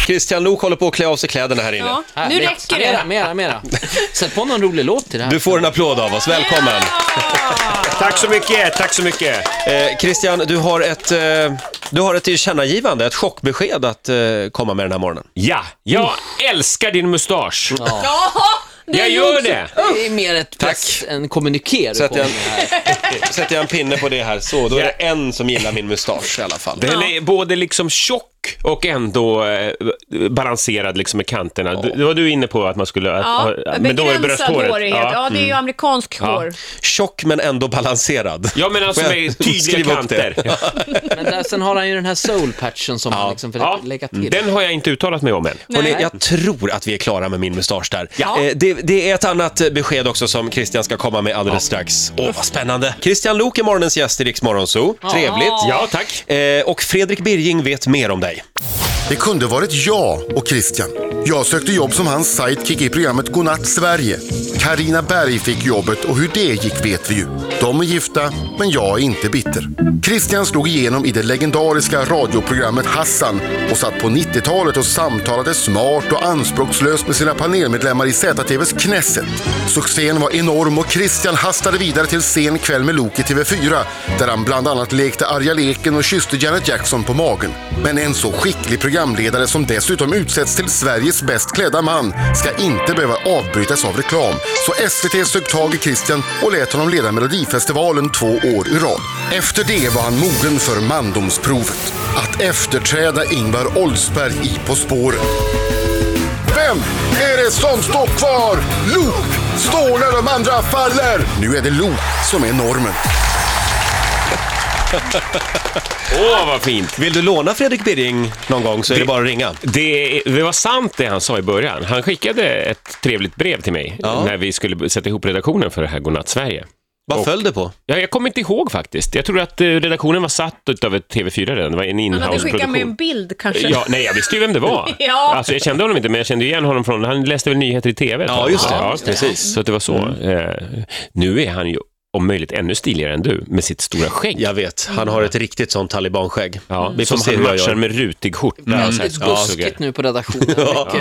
Christian Luuk håller på att klä av sig kläderna här inne. Ja, nu räcker det. Mera. Sätt på någon rolig låt till det här. Du får en applåd av oss, välkommen. Tack så mycket. Christian, du har ett tillkännagivande, ett chockbesked att komma med den här morgonen. Ja, jag älskar din mustasch. Ja, Jag gör det. Det är mer ett press än kommuniker. Sätter jag en pinne på det här så, då är det en som gillar min mustasch i alla fall. Den är både liksom tjock och ändå balanserad liksom med kanterna. Det var du inne på att man skulle... men då är det brösthåret. Ja, det är ju amerikansk hår. Tjock men ändå balanserad. Ja, men alltså med tydliga kanter. Men sen har han ju den här soul-patchen som han liksom försöker lägga till. Den har jag inte uttalat mig om än. Hörrni, jag tror att vi är klara med min mustasch där. Det är ett annat besked också som Christian ska komma med alldeles strax. Vad spännande. Christian Luuk är morgonens gäst i Rix Morgonzoo. Trevligt. Ja, tack. Och Fredrik Birging vet mer om dig. Det kunde varit jag och Christian. Jag sökte jobb som hans sidekick i programmet Godnatt Sverige. Carina Berg fick jobbet och hur det gick vet vi ju. De är gifta, men jag är inte bitter. Christian slog igenom i det legendariska radioprogrammet Hassan och satt på 90-talet och samtalade smart och anspråkslöst med sina panelmedlemmar i ZTVs Knesset. Succén var enorm och Christian hastade vidare till Sen kväll med Luuk i TV4 där han bland annat lekte Arja Leken och kysste Janet Jackson på magen. Men en så skicklig programledare som dessutom utsätts till Sveriges bäst klädda man ska inte behöva avbrytas av reklam. Så SVT sög tag i Christian och lät honom leda Melodifestivalen 2 år i rad. Efter det var han mogen för mandomsprovet. Att efterträda Ingvar Oldsberg i På spåren. Vem är det som står kvar? Luuk står när de andra faller. Nu är det Luuk som är normen. Vad fint. Vill du låna Fredrik Birging någon gång så är det bara att ringa. Det var sant det han sa i början. Han skickade ett trevligt brev till mig när vi skulle sätta ihop redaktionen för det här Godnatt Sverige. Vad föll det på? Ja, jag kommer inte ihåg faktiskt. Jag tror att redaktionen var satt utav ett TV4 redan. Det var en in-house-produktion. Han hade skickat med en bild kanske. Ja, nej, jag visste ju vem det var. Alltså, jag kände honom inte, men jag kände igen honom från... Han läste väl nyheter i TV. Ja, just det. Ja, precis. Så det var så. Nu är han ju om möjligt ännu stiligare än du med sitt stora skägg. Jag vet, han har ett riktigt sånt talibanskägg. Ja, vi får se hur matchar med rutig skjorta. Det är lite buskigt nu på redaktionen.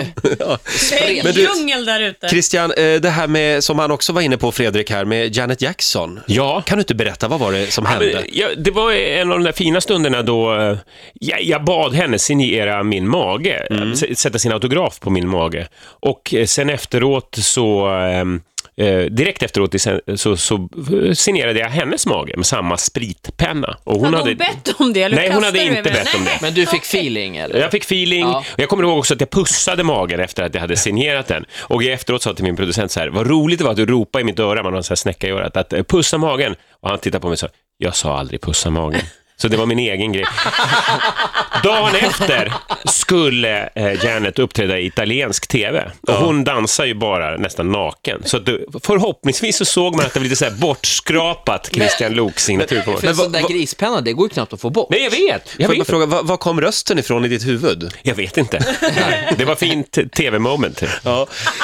Det är djungel där ute. Christian, det här med, som han också var inne på Fredrik här, med Janet Jackson. Ja. Kan du inte berätta, vad var det som hände? Det var en av de där fina stunderna då jag bad henne signera min mage. Sätta sin autograf på min mage. Och sen efteråt så... direkt efteråt så signerade jag hennes mage med samma spritpenna. Och hon hade bett om det? Nej, hon hade inte bett om det. Men du fick feeling, eller? Jag fick feeling. Ja. Jag kommer ihåg också att jag pussade magen efter att jag hade signerat den. Och jag efteråt sa till min producent så här: vad roligt det var att du ropade i mitt öra, man har så här snäcka i örat, att pussa magen. Och han tittade på mig och sa: jag sa aldrig pussa magen. Så det var min egen grej. Dagen efter skulle Janet uppträda i italiensk tv. Och hon dansar ju bara nästan naken. Så att förhoppningsvis så såg man att det var lite så här bortskrapat Christian Luuks signatur på mig. Men sån där grispenna, det går ju knappt att få bort. Nej, jag vet. Får jag fråga, var kom rösten ifrån i ditt huvud? Jag vet inte. Det var fint tv-moment. Ja.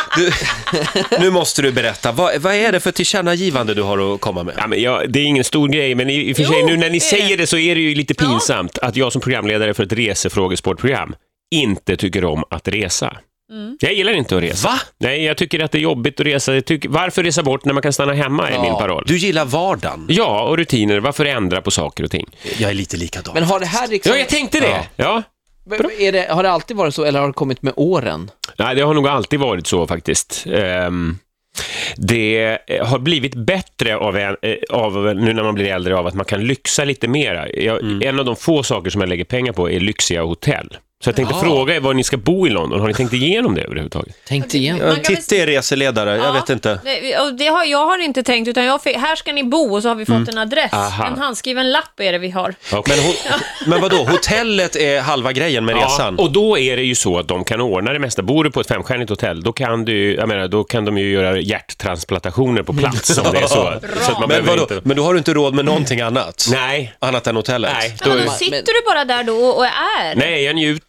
Nu måste du berätta. Vad är det för tillkännagivande du har att komma med? Ja, men det är ingen stor grej, men i och för sig nu när ni säger det så är det ju lite pinsamt att jag som programledare för ett resefrågesportprogram inte tycker om att resa. Jag gillar inte att resa. Va? Nej, jag tycker att det är jobbigt att resa. Varför resa bort när man kan stanna hemma är min paroll. Du gillar vardagen. Ja, och rutiner. Varför ändra på saker och ting? Jag är lite likadan. Men har det här liksom... Ja, jag tänkte det. Ja. Har det alltid varit så, eller har det kommit med åren? Nej, det har nog alltid varit så faktiskt. Det har blivit bättre av nu när man blir äldre, av att man kan lyxa lite mera. En av de få saker som jag lägger pengar på är lyxiga hotell. Så jag tänkte fråga er var ni ska bo i London. Har ni tänkt igenom det överhuvudtaget? Tänkt igenom? Titta är reseledare, jag vet inte. Jag har inte tänkt, utan här ska ni bo, och så har vi fått en adress. En handskriven lapp är det vi har. Okay. Men vadå, hotellet är halva grejen med resan. Och då är det ju så att de kan ordna det mesta. Bor du på ett 5-stjärnigt hotell, då kan då kan de ju göra hjärttransplantationer på plats om det är så. Så att man men då har du inte råd med någonting annat? Nej. Annat än hotellet? Nej. Då sitter du bara där då och är? Nej, jag njuter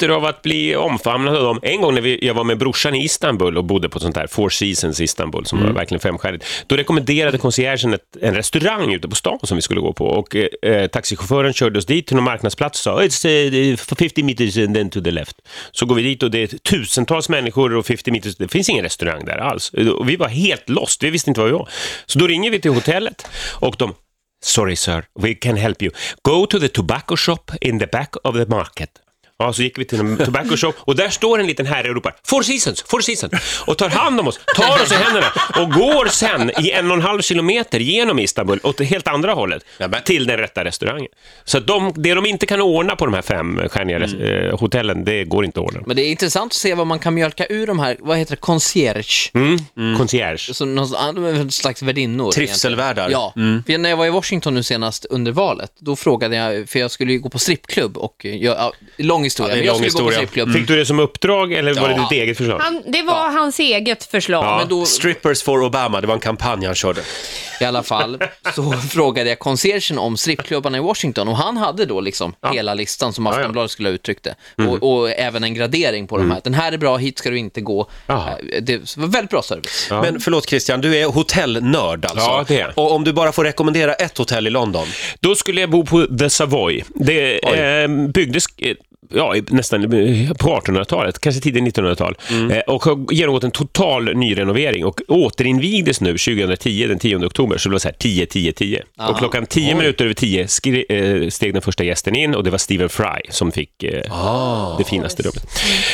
njuter av att bli omfamnad av dem. En gång när jag var med brorsan i Istanbul och bodde på ett sånt här Four Seasons i Istanbul som var verkligen femstjärnigt. Då rekommenderade conciergen en restaurang ute på stan som vi skulle gå på. Och taxichauffören körde oss dit till någon marknadsplats och sa it's 50 meters and then to the left. Så går vi dit och det är tusentals människor och 50 meters, det finns ingen restaurang där alls. Och vi var helt lost, vi visste inte vad vi var. Så då ringer vi till hotellet och de sorry sir, we can help you. Go to the tobacco shop in the back of the market. Ja, så gick vi till en tobacco shop och där står en liten herre och ropar Four Seasons och tar hand om oss, tar oss i händerna och går sen i 1,5 kilometer genom Istanbul åt det helt andra hållet till den rätta restaurangen. Så det de inte kan ordna på de här 5-stjärniga hotellen, det går inte att ordna. Men det är intressant att se vad man kan mjölka ur de här, vad heter det, concierge? Concierge. Så någon slags värdinnor. Trivselvärdar. Ja, för när jag var i Washington nu senast under valet, då frågade jag, för jag skulle ju gå på strippklubb och lång historia. Ja, lång historia. Fick du det som uppdrag eller var det ditt eget förslag? Det var hans eget förslag. Ja. Men då, Strippers for Obama, det var en kampanj han körde. I alla fall så frågade jag conciergen om strippklubbarna i Washington och han hade då liksom hela listan som Aftonbladet skulle ha uttryckt det. Och även en gradering på de här. Den här är bra, hit ska du inte gå. Det var väldigt bra service. Ja. Men förlåt Christian, du är hotellnörd alltså. Ja, det är. Och om du bara får rekommendera ett hotell i London? Då skulle jag bo på The Savoy. Det byggdes nästan på 1800-talet, kanske tidigt 1900-tal. Och har genomgått en total nyrenovering och återinvigdes nu 2010, den 10 oktober. Så det var så här 10. Och klockan 10 minuter över 10 steg den första gästen in och det var Stephen Fry som fick det finaste rummet.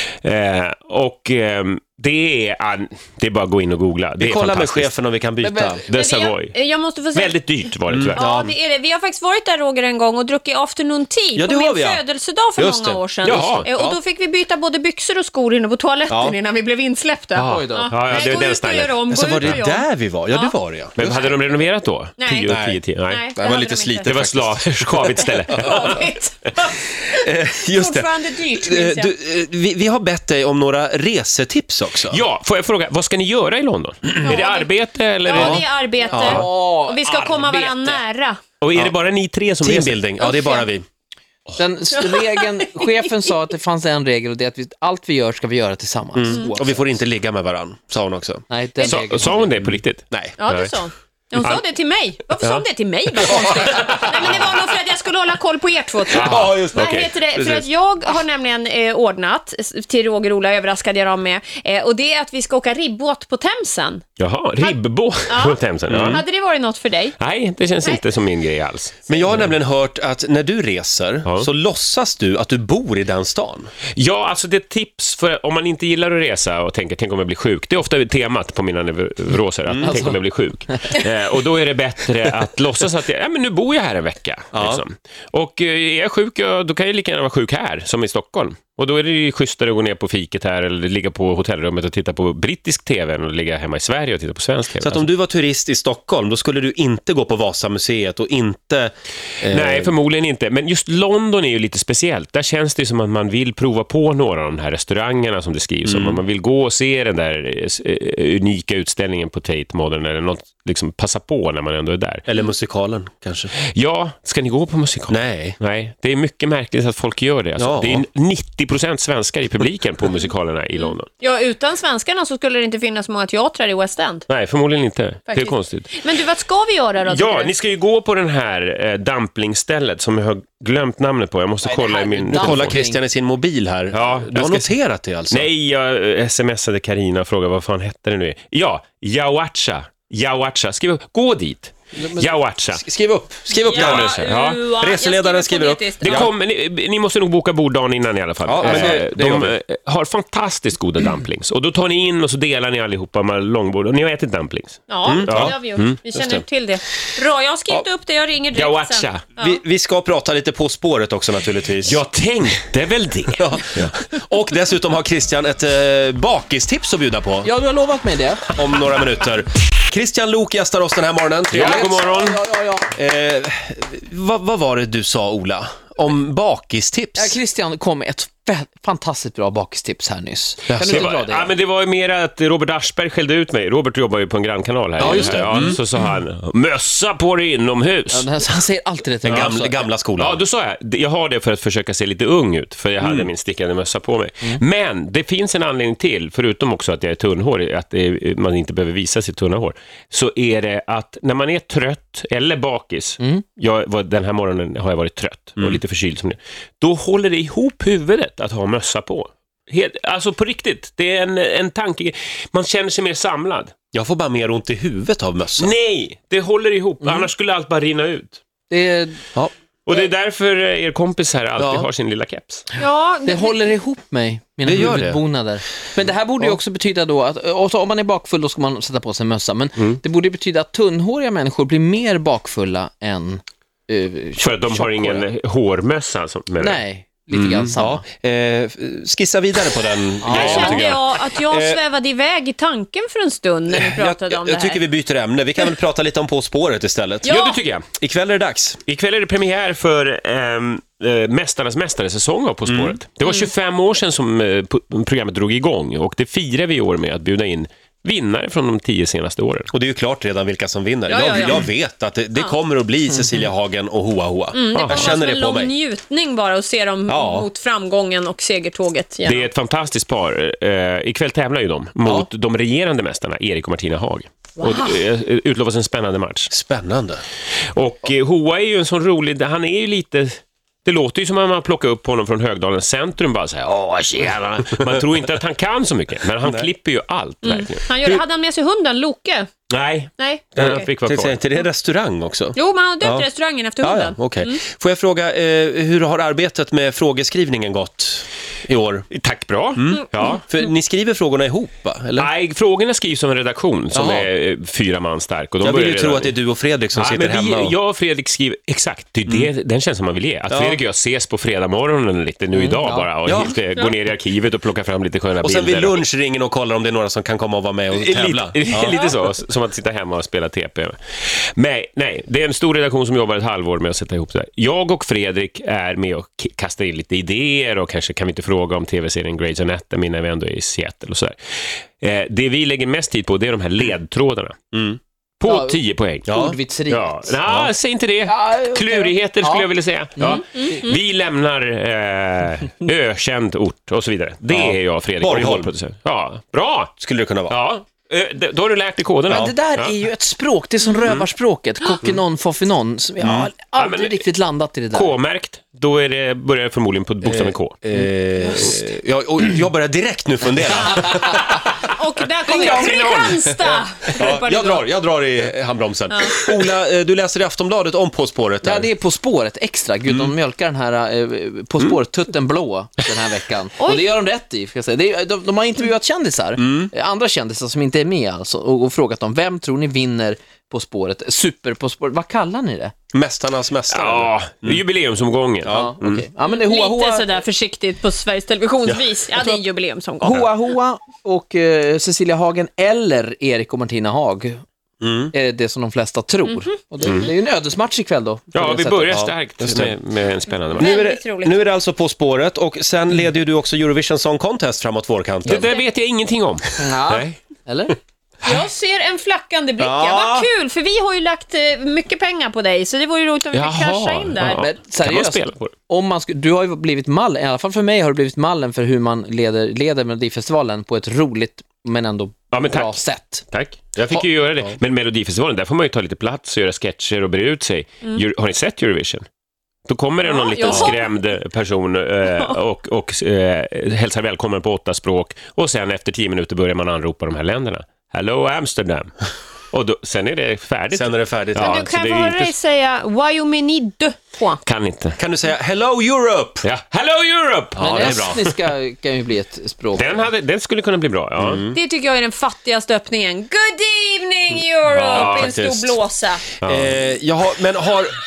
Det är bara att gå in och googla. Vi kollar med chefen om vi kan byta. The Savoy. Jag måste få säga. Väldigt dyrt var det tyvärr. Ja, det är det. Vi har faktiskt varit där, Roger, en gång och druckit afternoon tea på min födelsedag för många år sedan. Och då fick vi byta både byxor och skor inne på toaletten innan vi blev insläppta. Ja, det är den stilen. Alltså var det där vi var? Ja, det var det, ja. Men hade de renoverat då? Nej. 10. Nej, det var lite slitet. Det var skavigt ställe. Just det. Fortfarande dyrt. Vi har bett dig om några resetips också. Ja, får jag fråga, vad ska ni göra i London? Är det arbete eller? Ja, det är arbete. Och vi ska komma varandra nära. Och är det bara ni tre som teambuilding? Ja, det är bara vi. Den regeln, chefen sa att det fanns en regel och det är att allt vi gör ska vi göra tillsammans. Och vi får inte ligga med varann, sa hon också. Nej, sa hon det på riktigt? Nej. Ja, det sa hon. Hon sa det till mig. Varför sa hon det till mig? Vad konstigt. Nej, men det var nog för att jag skulle hålla koll på er två. Ja, just det. Vad heter det? För att jag har nämligen ordnat, till Roger och Ola överraskade jag dem med, och det är att vi ska åka ribbåt på Themsen. Jaha, ribbåt på Themsen. Ja. Hade det varit något för dig? Nej, det känns inte som min grej alls. Men jag har nämligen hört att när du reser så låtsas du att du bor i den stan. Ja, alltså det är tips för om man inte gillar att resa och tänker, tänk om jag blir sjuk. Det är ofta temat på mina neuroser, att tänk om jag blir sjuk. Och då är det bättre att låtsas att men nu bor jag här en vecka. Liksom. Och är jag sjuk, då kan jag lika gärna vara sjuk här som i Stockholm. Och då är det ju schysstare att gå ner på fiket här eller ligga på hotellrummet och titta på brittisk tv än att ligga hemma i Sverige och titta på svensk tv. Så att om du var turist i Stockholm, då skulle du inte gå på Vasamuseet och inte... Nej, förmodligen inte. Men just London är ju lite speciellt. Där känns det som att man vill prova på några av de här restaurangerna som det skrivs om. Man vill gå och se den där unika utställningen på Tate Modern eller något, liksom passa på när man ändå är där. Eller musikalen kanske. Ja, ska ni gå på musikalen? Nej, det är mycket märkligt att folk gör det. Alltså. Det är 90% svenskar i publiken på musikalerna i London. Ja, utan svenskarna så skulle det inte finnas många teatrar i West End. Nej, förmodligen inte. Faktiskt. Det är konstigt. Men du, vad ska vi göra då? Ja, ni ska ju gå på den här dumplingstället som jag har glömt namnet på. Jag måste kolla i min... Nu kollar Christian i sin mobil här. Ja, du har noterat det alltså? Nej, jag smsade Carina och frågade vad fan hette det nu. Ja, Yawacha. Skriv upp. Gå dit. Yawacha. Skriv upp Reseledaren skriver upp. Ni måste nog boka bord dagen innan i alla fall. Ja, men de har fantastiskt goda dumplings. Och då tar ni in och så delar ni allihopa med långbord. Och ni har ätit dumplings. Ja, det har vi gjort. Vi känner till det. Bra, jag har skrivit upp det. Jag ringer direkt sen. Vi ska prata lite på spåret också naturligtvis. Jag tänkte väl det. Och dessutom har Christian ett bakistips att bjuda på. Ja, du har lovat mig det. Om några minuter. Christian Lok gästar oss den här morgonen. God morgon. Ja. Vad var det du sa, Ola? Om bakistips? Christian kom med ett fantastiskt bra bakistips här nyss. Men det var ju mer att Robert Aschberg skällde ut mig. Robert jobbar ju på en grannkanal här. Ja, just det. Så sa han, mössa på dig inomhus. Han säger alltid det. Den gamla skolan. Ja, då sa jag har det för att försöka se lite ung ut. För jag hade min stickade mössa på mig. Men det finns en anledning till, förutom också att jag är tunnhårig, att man inte behöver visa sitt tunna hår. Så är det att när man är trött eller bakis, den här morgonen har jag varit trött och lite förkyld som det, då håller det ihop huvudet att ha mössa på. Alltså på riktigt, det är en tanke. Man känner sig mer samlad. Jag får bara mer ont i huvudet av mössa. Nej, det håller ihop. Annars skulle allt bara rinna ut. Och det är därför er kompis här alltid har sin lilla keps. Ja, det håller ihop mig, mina huvudbonader. Men det här borde ju också betyda då att om man är bakfull då ska man sätta på sig mössa. Men det borde betyda att tunnhåriga människor blir mer bakfulla än för att de har ingen hårmössa. Nej. Lite grann samma. Skissa vidare på den. Här kände jag att jag svävade iväg i tanken för en stund när vi pratade om det här. Jag tycker vi byter ämne. Vi kan väl prata lite om På spåret istället. Ja, det tycker jag. Ikväll är det dags. Ikväll är det premiär för Mästarnas mästare-säsong av På spåret. Det var 25 år sedan som programmet drog igång och det firar vi i år med att bjuda in vinnare från de 10 senaste åren. Och det är ju klart redan vilka som vinner. Jag vet att det kommer att bli Cecilia Hagen och Hoa Hoa. Jag känner det på mig. Det är en njutning bara att se dem mot framgången och segertåget. Det är ett fantastiskt par. Ikväll tävlar ju de mot de regerande mästarna, Erik och Martina Haag. Wow. Och utlovas en spännande match. Spännande. Och Hoa är ju en sån rolig, han är ju lite... Det låter ju som att man plockar upp honom från Högdalens centrum bara säger tjena. Man tror inte att han kan så mycket, men han klipper ju allt verkligen. Hade han med sig hunden, Loke? Nej. Okay. Fick vara kvar. Är det restaurang också? Jo, man har döpt restaurangen efter hunden. Okay. Får jag fråga, hur har arbetet med frågeskrivningen gått i år? Tack, bra. För ni skriver frågorna ihop, va? Eller? Nej, frågorna skrivs som en redaktion som är 4 man stark. Och jag vill ju tro att det är du och Fredrik som sitter hemma. Jag och Fredrik skriver, exakt, det är den känslan man vill ge. Att Fredrik och jag ses på fredag morgonen lite nu idag bara och går ner i arkivet och plockar fram lite sköna bilder. Och sen vid lunch ringer och kollar om det är några som kan komma och vara med och tävla. Lite så, som att sitta hemma och spela TP. Nej, det är en stor redaktion som jobbar ett halvår med att sätta ihop det här. Jag och Fredrik är med och kastar in lite idéer och kanske kan vi inte fråga om tv-serien Grey's Anatomy när vi ändå är i Seattle och sådär. Det vi lägger mest tid på, det är de här ledtrådarna. På 10 poäng. Ordvitseriet. Säg inte det. Klurigheter skulle jag vilja säga. Vi lämnar ökänd ort och så vidare. Det är jag, Fredrik. Borgholm. Bra. Skulle det kunna vara. Ja. Då har du lärt dig koderna. Men det där är ju ett språk, det är som rövarspråket. Kokinon, foffinon. Jag har aldrig riktigt landat i det där. K-märkt, då börjar det förmodligen på bokstaven K. Jag börjar direkt nu fundera. Och där kommer Kristianstad. Jag drar i handbromsen. Ola, du läser i Aftonbladet om På spåret. Ja, det är På spåret extra. Gud, de mjölkar den här På spåret tutten blå den här veckan. Och det gör de rätt i, ska jag säga. De har intervjuat kändisar, andra kändisar som inte är med alltså, och frågat dem, vem tror ni vinner På spåret? Super På spåret, vad kallar ni det? Mästarnas mästare. Jubileumsomgången. Men det är lite sådär försiktigt på Sveriges Televisionsvis. Det är jubileumsomgång. Hoa och Cecilia Hagen eller Erik och Martina Haag är det som de flesta tror. Och det är ju en ödesmatch ikväll då. Ja, vi börjar starkt med en spännande match. Nu är det alltså På spåret och sen leder ju du också Eurovision Song Contest framåt vårkanten. Det där vet jag ingenting om. Nej. Eller? Jag ser en flackande blick. Vad kul, för vi har ju lagt mycket pengar på dig, så det vore ju roligt om vi fick casha in där. Men seriöst, du har ju blivit mall, i alla fall för mig har du blivit mallen för hur man leder Melodifestivalen på ett roligt men ändå bra sätt. Tack. Jag fick ju göra det. Men Melodifestivalen, där får man ju ta lite plats och göra sketcher och bre ut sig. Har ni sett Eurovision? Då kommer det någon liten skrämd person och hälsar välkommen på 8 språk. Och sen efter 10 minuter börjar man anropa de här länderna. Hello Amsterdam. Och sen är det färdigt. Ja, men du kan få höra dig säga Wyoming de point. Kan inte. Kan du säga Hello Europe? Ja, Hello Europe! Men det är bra. Estniska kan ju bli ett språk. Den skulle kunna bli bra, Det tycker jag är den fattigaste öppningen. Good evening Europe! En stor blåsa.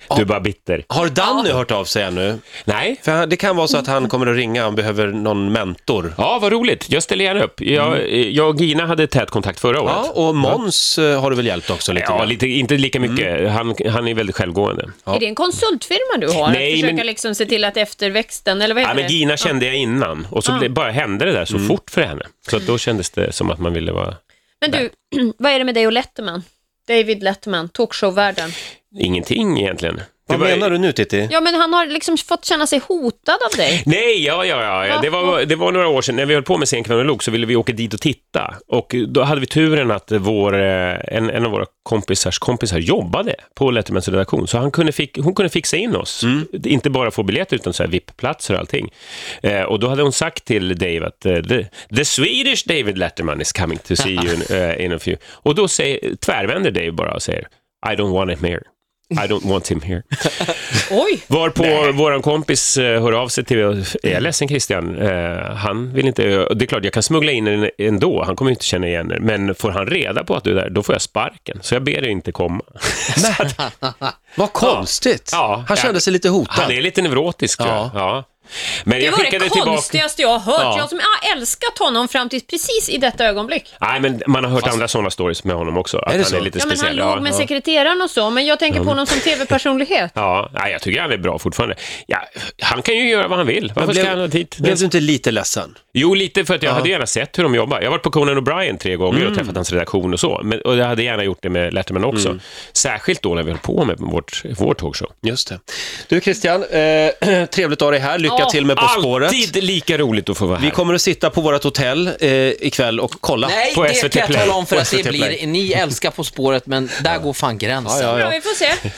Du är bara bitter. Har Danny hört av sig ännu? Nej. För det kan vara så att han kommer att ringa, han behöver någon mentor. Ja, vad roligt. Jag ställer gärna upp. Jag och Gina hade tät kontakt förra året. Ja, och Måns har du väl hjälpt också lite? Ja, inte lika mycket. Han är väldigt självgående. Ja. Är det en konsultfirma du har? Nej, att försöka liksom se till att efterväxten, eller vad heter det? Men Gina kände jag innan. Och så bara hände det där så fort för henne. Så då kändes det som att man ville vara... Men du, vad är det med dig och Letterman? David Letterman, talkshow-världen. Ingenting egentligen. Vad menar du nu, Titti? Ja, men han har liksom fått känna sig hotad av dig. Nej, ja. Det var några år sedan. När vi höll på med Sen kväll och log så ville vi åka dit och titta. Och då hade vi turen att en av våra kompisar jobbade på Lettermans redaktion. Så hon kunde fixa in oss. Inte bara få biljetter utan så här VIP-platser och allting. Och då hade hon sagt till Dave att the Swedish David Letterman is coming to see you in a few. Och då tvärvänder Dave bara och säger I don't want him here. I don't want him here. Oj! Varpå våran kompis hör av sig till är jag ledsen Christian? Han vill inte... Det är klart, jag kan smuggla in ändå. Han kommer inte känna igen er. Men får han reda på att du är där, då får jag sparken. Så jag ber dig inte komma. Vad konstigt. Ja, han kände sig lite hotad. Han är lite neurotisk, tror jag. Ja. Men det var det konstigaste jag har hört. Ja. Jag som har älskat honom fram till precis i detta ögonblick. Nej, men man har hört andra sådana stories med honom också. Att han är lite speciell. Men han låg med sekreteraren och så. Men jag tänker på honom som tv-personlighet. Ja, jag tycker han är bra fortfarande. Ja, han kan ju göra vad han vill. Varför ska han ha dit? Blev du inte lite ledsen? Jo, lite för att jag hade gärna sett hur de jobbar. Jag har varit på Conan O'Brien 3 gånger och träffat hans redaktion och så. Och jag hade gärna gjort det med Letterman också. Särskilt då när vi höll på med vår talkshow. Just det. Du Christian, trevligt att ha dig här. Lycka till med På spåret. Alltid lika roligt att få vara här. Vi kommer att sitta på vårt hotell ikväll och kolla. Nej, på det SVT kan jag Play. tala om för att det blir. Ni älskar På spåret, men där går fan gränsen. Ja, vi får se.